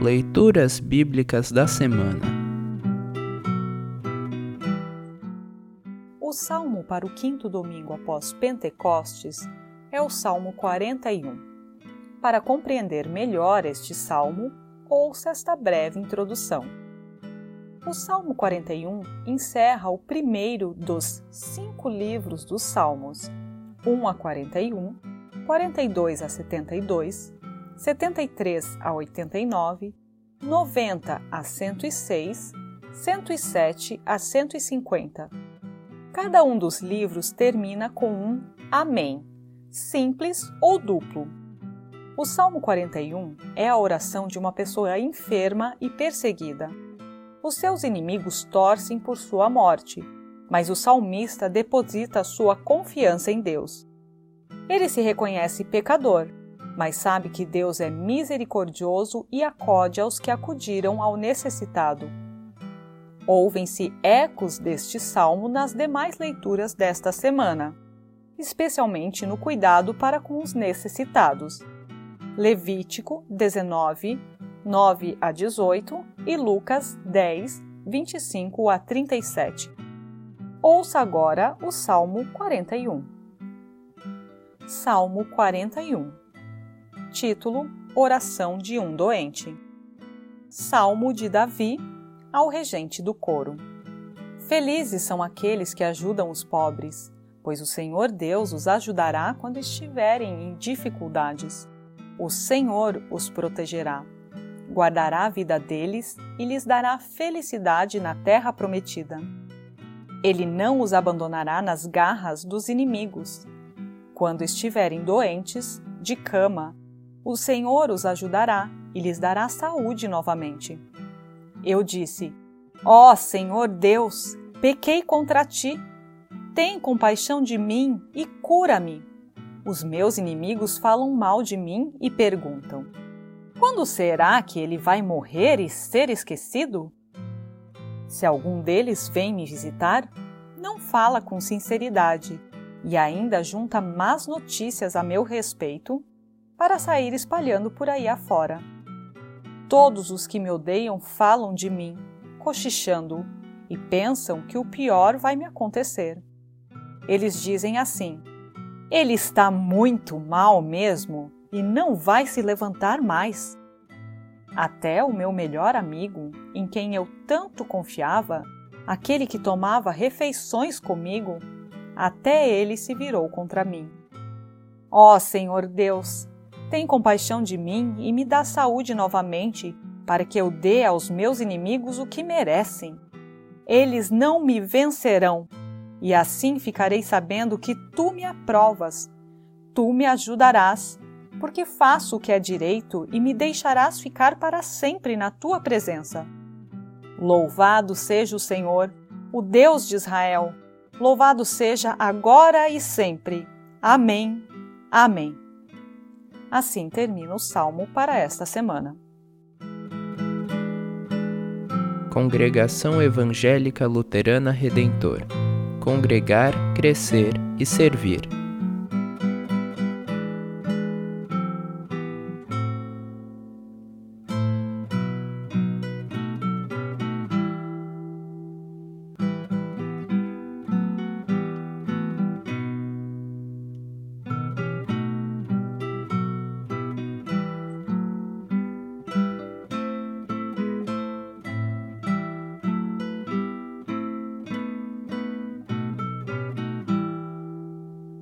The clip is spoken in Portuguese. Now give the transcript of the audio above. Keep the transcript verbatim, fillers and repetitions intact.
Leituras Bíblicas da Semana. O salmo para o quinto domingo após Pentecostes é o Salmo quarenta e um. Para compreender melhor este salmo, ouça esta breve introdução. O Salmo quarenta e um encerra o primeiro dos cinco livros dos Salmos, um a quarenta e um, quarenta e dois a setenta e dois, setenta e três a oitenta e nove, noventa a cento e seis, cento e sete a cento e cinquenta. Cada um dos livros termina com um Amém, simples ou duplo. O Salmo quarenta e um é a oração de uma pessoa enferma e perseguida. Os seus inimigos torcem por sua morte, mas o salmista deposita sua confiança em Deus. Ele se reconhece pecador, mas sabe que Deus é misericordioso e acode aos que acudiram ao necessitado. Ouvem-se ecos deste salmo nas demais leituras desta semana, especialmente no cuidado para com os necessitados. Levítico dezenove, nove a dezoito e Lucas dez, vinte e cinco a trinta e sete. Ouça agora o Salmo quarenta e um. Salmo quarenta e um. Título: Oração de um doente. Salmo de Davi ao regente do coro. Felizes são aqueles que ajudam os pobres, pois o Senhor Deus os ajudará quando estiverem em dificuldades. O Senhor os protegerá, guardará a vida deles e lhes dará felicidade na terra prometida. Ele não os abandonará nas garras dos inimigos. Quando estiverem doentes, de cama, o Senhor os ajudará e lhes dará saúde novamente. Eu disse: Ó Senhor Deus, pequei contra ti. Tem compaixão de mim e cura-me. Os meus inimigos falam mal de mim e perguntam: quando será que ele vai morrer e ser esquecido? Se algum deles vem me visitar, não fala com sinceridade e ainda junta más notícias a meu respeito para sair espalhando por aí afora. Todos os que me odeiam falam de mim, cochichando, e pensam que o pior vai me acontecer. Eles dizem assim: ele está muito mal mesmo e não vai se levantar mais. Até o meu melhor amigo, em quem eu tanto confiava, aquele que tomava refeições comigo, até ele se virou contra mim. Ó Senhor Deus, tem compaixão de mim e me dá saúde novamente, para que eu dê aos meus inimigos o que merecem. Eles não me vencerão, e assim ficarei sabendo que tu me aprovas. Tu me ajudarás, porque faço o que é direito e me deixarás ficar para sempre na tua presença. Louvado seja o Senhor, o Deus de Israel. Louvado seja agora e sempre. Amém. Amém. Assim termina o Salmo para esta semana. Congregação Evangélica Luterana Redentor. Congregar, crescer e servir.